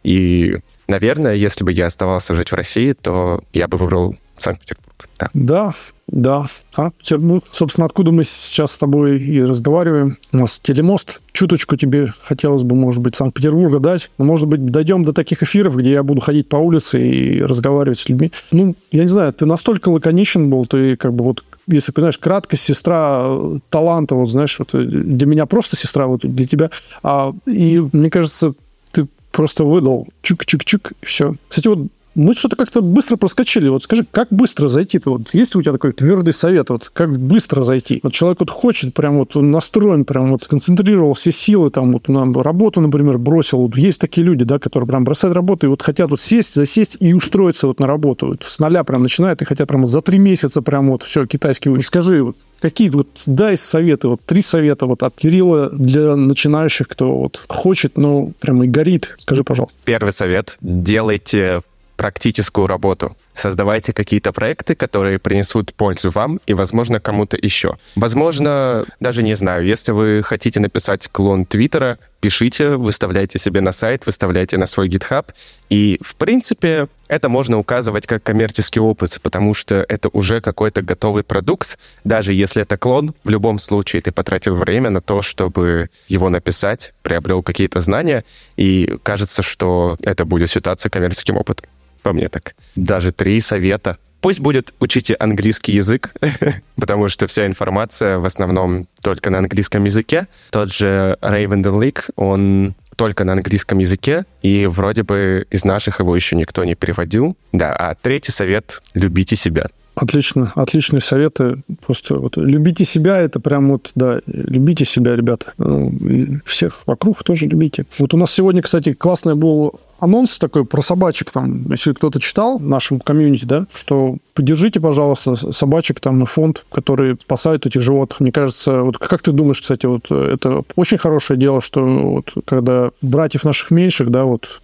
B: И, наверное, если бы я оставался жить в России, то я бы выбрал Санкт-Петербург. Да,
A: да. Да, Санкт-Петербург. Собственно, откуда мы сейчас с тобой и разговариваем. У нас телемост. Чуточку тебе хотелось бы, может быть, Санкт-Петербурга дать. Но, может быть, дойдем до таких эфиров, где я буду ходить по улице и разговаривать с людьми. Ну, я не знаю, ты настолько лаконичен был, ты как бы вот, если ты знаешь, краткость, сестра таланта, вот знаешь, вот для меня просто сестра, вот для тебя. А, и мне кажется, ты просто выдал чик-чик-чик, и все. Кстати, вот мы что-то как-то быстро проскочили. Вот скажи, как быстро зайти-то? Вот есть ли у тебя такой твердый совет? Вот как быстро зайти? Вот человек вот хочет, прям вот он настроен, прям вот сконцентрировал все силы, там вот на работу, например, бросил. Вот есть такие люди, да, которые прям бросают работу и вот хотят вот сесть, засесть и устроиться вот на работу. Вот с нуля прям начинают и хотят прям вот за три месяца прям вот все, китайский. Вот скажи, вот какие вот дай советы, вот три совета вот от Кирилла для начинающих, кто вот хочет, но прям и горит. Скажи, пожалуйста.
B: Первый совет. Делайте практическую работу. Создавайте какие-то проекты, которые принесут пользу вам и, возможно, кому-то еще. Возможно, даже не знаю, если вы хотите написать клон Твиттера, пишите, выставляйте себе на сайт, выставляйте на свой GitHub. И, в принципе, это можно указывать как коммерческий опыт, потому что это уже какой-то готовый продукт. Даже если это клон, в любом случае ты потратил время на то, чтобы его написать, приобрел какие-то знания, и кажется, что это будет считаться коммерческим опытом. По мне так. Даже три совета. Пусть будет учите английский язык, потому что вся информация в основном только на английском языке. Тот же Raven the League, он только на английском языке, и вроде бы из наших его еще никто не переводил. Да, а третий совет — любите себя.
A: Отлично, отличные советы. Просто вот любите себя, это прям вот, да, любите себя, ребята. Ну, и всех вокруг тоже любите. Вот у нас сегодня, кстати, классный был анонс такой про собачек, там, если кто-то читал в нашем комьюнити, да, что поддержите, пожалуйста, собачек, там, фонд, который спасает этих животных. Мне кажется, вот как ты думаешь, кстати, вот это очень хорошее дело, что вот когда братьев наших меньших, да, вот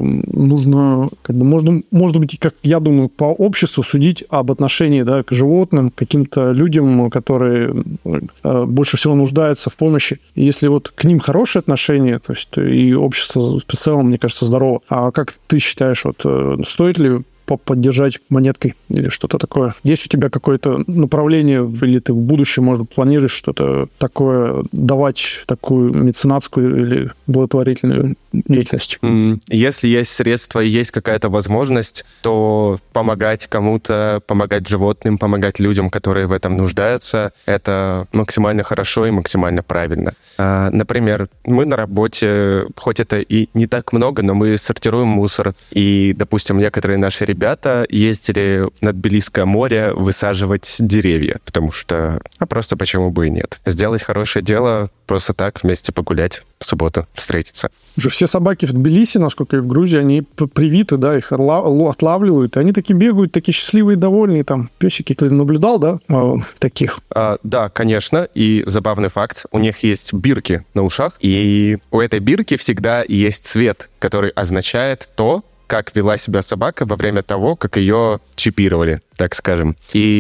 A: нужно, как бы, можно, может быть, как я думаю, по обществу судить об отношении, да, к животным, к каким-то людям, которые больше всего нуждаются в помощи. И если вот к ним хорошие отношения, то есть и общество в целом, мне кажется, здорово. А как ты считаешь, вот стоит ли поддержать монеткой или что-то такое? Есть у тебя какое-то направление, или ты в будущем, может, планируешь что-то такое давать, такую меценатскую или благотворительную деятельность?
B: Если есть средства и есть какая-то возможность, то помогать кому-то, помогать животным, помогать людям, которые в этом нуждаются, это максимально хорошо и максимально правильно. Например, мы на работе, хоть это и не так много, но мы сортируем мусор, и, допустим, некоторые наши ребята Ребята ездили на Тбилисское море высаживать деревья, потому что... А просто почему бы и нет. Сделать хорошее дело, просто так вместе погулять в субботу, встретиться.
A: Уже все собаки в Тбилиси, насколько и в Грузии, они привиты, да, их отлавливают, и они такие бегают, такие счастливые, довольные, там, песики. Ты наблюдал, да, таких?
B: А, да, конечно, и забавный факт, у них есть бирки на ушах, и у этой бирки всегда есть цвет, который означает то, как вела себя собака во время того, как ее чипировали, так скажем.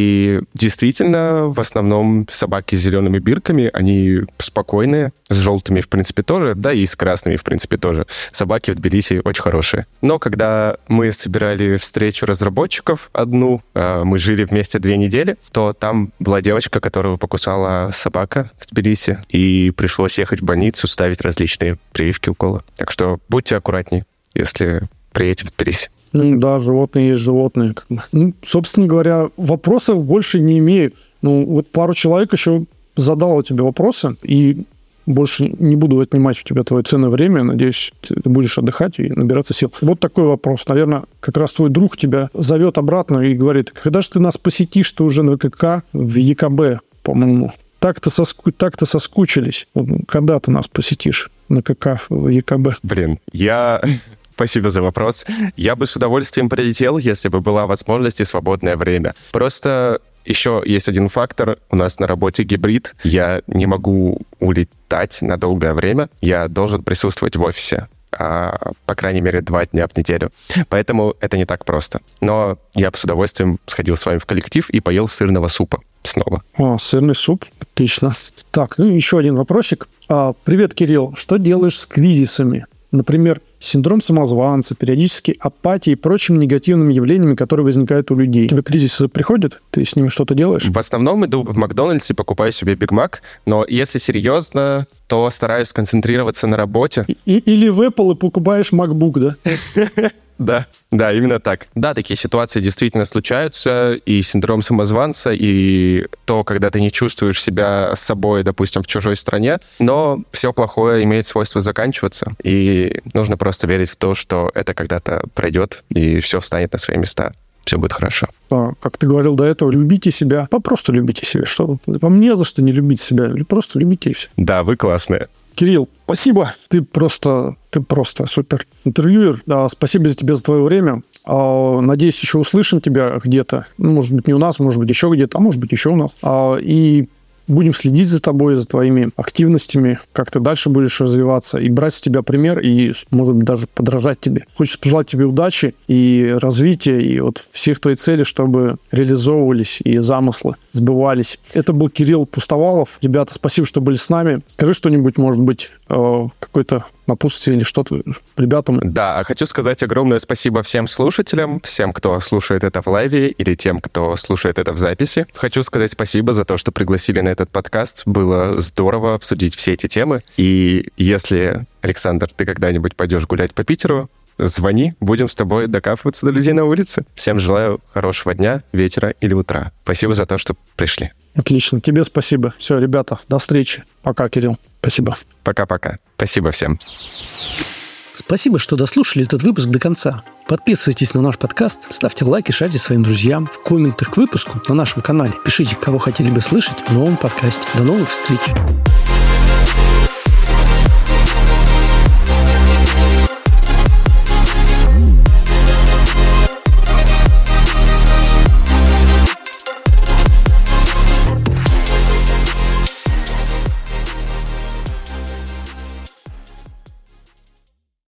B: И действительно, в основном собаки с зелеными бирками, они спокойные, с желтыми, в принципе, тоже, да, и с красными, в принципе, тоже. Собаки в Тбилиси очень хорошие. Но когда мы собирали встречу разработчиков одну, мы жили вместе две недели, то там была девочка, которую покусала собака в Тбилиси, и пришлось ехать в больницу, ставить различные прививки, уколы. Так что будьте аккуратней, если приедете в Тбилиси.
A: Ну, да, животные есть животные. Как бы. Ну, собственно говоря, вопросов больше не имею. Ну, вот пару человек еще задало тебе вопросы, и больше не буду отнимать у тебя твое ценное время. Надеюсь, ты будешь отдыхать и набираться сил. Вот такой вопрос. Наверное, как раз твой друг тебя зовет обратно и говорит, когда же ты нас посетишь, ты уже на ВКК в ЕКБ, по-моему. Так-то, соску... Так-то соскучились. Когда ты нас посетишь на КК в ЕКБ?
B: Блин, я... Спасибо за вопрос. Я бы с удовольствием прилетел, если бы была возможность и свободное время. Просто Еще есть один фактор. У нас на работе гибрид. Я не могу улетать на долгое время. Я должен присутствовать в офисе. А, по крайней мере, два дня в неделю. Поэтому это не так просто. Но я бы с удовольствием сходил с вами в коллектив и поел сырного супа снова.
A: О, сырный суп. Отлично. Так, ну еще один вопросик. А, привет, Кирилл. Что делаешь с кризисами? Например, синдром самозванца, периодически апатия и прочими негативными явлениями, которые возникают у людей. У тебя кризисы приходят? Ты с ними что-то делаешь?
B: В основном иду в Макдональдс и покупаю себе Биг Мак, но если серьезно, то стараюсь сконцентрироваться на работе.
A: И, или в Apple и покупаешь MacBook, да?
B: Да, да, именно так. Да, такие ситуации действительно случаются, и синдром самозванца, и то, когда ты не чувствуешь себя собой, допустим, в чужой стране, но все плохое имеет свойство заканчиваться, и нужно просто верить в то, что это когда-то пройдет, и все встанет на свои места. Все будет хорошо.
A: А, как ты говорил до этого, любите себя. Просто любите себя. Что? Вам не за что не любить себя. Просто любите и все.
B: Да, вы классные.
A: Кирилл, спасибо. Ты просто, ты просто супер интервьюер. Да, спасибо тебе за твое время. А, надеюсь, еще услышим тебя где-то. Ну, может быть, не у нас, может быть, еще где-то, а может быть, еще у нас. А, и будем следить за тобой, за твоими активностями, как ты дальше будешь развиваться, и брать с тебя пример, и, может быть, даже подражать тебе. Хочется пожелать тебе удачи и развития, и вот всех твоих целей, чтобы реализовывались и замыслы сбывались. Это был Кирилл Пустовалов. Ребята, спасибо, что были с нами. Скажи что-нибудь, может быть, какой-то напутствие или что-то ребятам.
B: Да, хочу сказать огромное спасибо всем слушателям, всем, кто слушает это в лайве или тем, кто слушает это в записи. Хочу сказать спасибо за то, что пригласили на этот подкаст. Было здорово обсудить все эти темы. И если, Александр, ты когда-нибудь пойдешь гулять по Питеру, звони, будем с тобой докапываться до людей на улице. Всем желаю хорошего дня, вечера или утра. Спасибо за то, что пришли.
A: Отлично, тебе спасибо. Все, ребята, до встречи. Пока, Кирилл. Спасибо.
B: Пока-пока. Спасибо всем.
C: Спасибо, что дослушали этот выпуск до конца. Подписывайтесь на наш подкаст, ставьте лайки, шарьте своим друзьям. В комментах к выпуску на нашем канале пишите, кого хотели бы слышать в новом подкасте. До новых встреч!